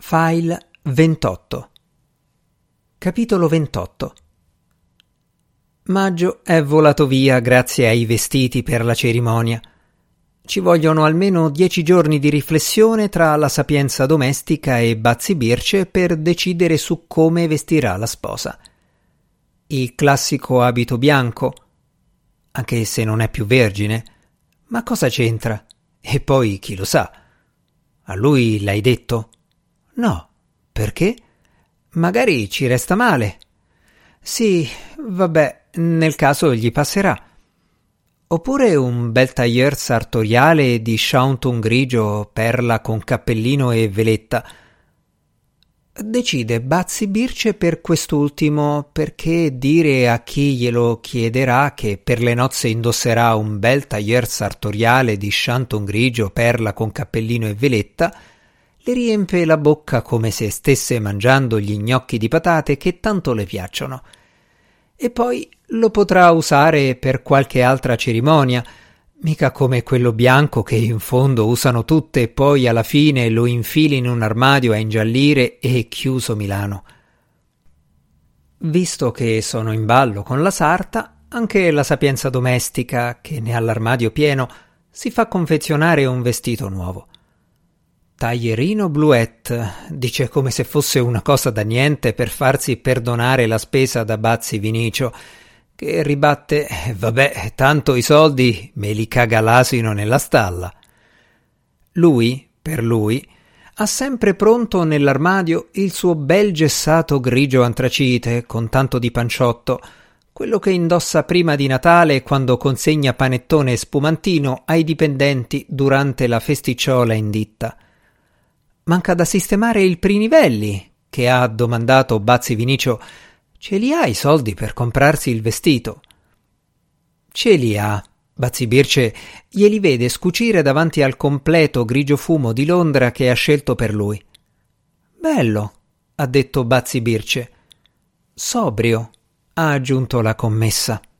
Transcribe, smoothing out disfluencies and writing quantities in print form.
File 28. Capitolo 28. Maggio è volato via grazie ai vestiti per la cerimonia. Ci vogliono almeno 10 giorni di riflessione tra la Sapienza Domestica e Bazzi Birce per decidere su come vestirà la sposa. Il classico abito bianco, anche se non è più vergine, ma cosa c'entra? E poi chi lo sa? A lui l'hai detto? No, perché? Magari ci resta male. Sì, vabbè, nel caso gli passerà. Oppure un bel tailleur sartoriale di Chaunton grigio, perla con cappellino e veletta. Decide Bazzi Birce per quest'ultimo, perché dire a chi glielo chiederà che per le nozze indosserà un bel tailleur sartoriale di Chaunton grigio, perla con cappellino e veletta le riempie la bocca come se stesse mangiando gli gnocchi di patate che tanto le piacciono. E poi lo potrà usare per qualche altra cerimonia, mica come quello bianco che in fondo usano tutte e poi alla fine lo infili in un armadio a ingiallire e chiuso Milano. Visto che sono in ballo con la sarta, anche la Sapienza Domestica, che ne ha l'armadio pieno, si fa confezionare un vestito nuovo. Taglierino bluette, dice come se fosse una cosa da niente per farsi perdonare la spesa da Bazzi Vinicio, che ribatte: vabbè, tanto i soldi me li caga l'asino nella stalla. Lui, per lui, ha sempre pronto nell'armadio il suo bel gessato grigio antracite con tanto di panciotto, quello che indossa prima di Natale quando consegna panettone e spumantino ai dipendenti durante la festicciola in ditta. Manca da sistemare il Prinivelli, che ha domandato Bazzi Vinicio: ce li ha i soldi per comprarsi il vestito? Ce li ha. Bazzi Birce glieli vede scucire davanti al completo grigio fumo di Londra che ha scelto per lui. Bello, ha detto Bazzi Birce. Sobrio, ha aggiunto la commessa.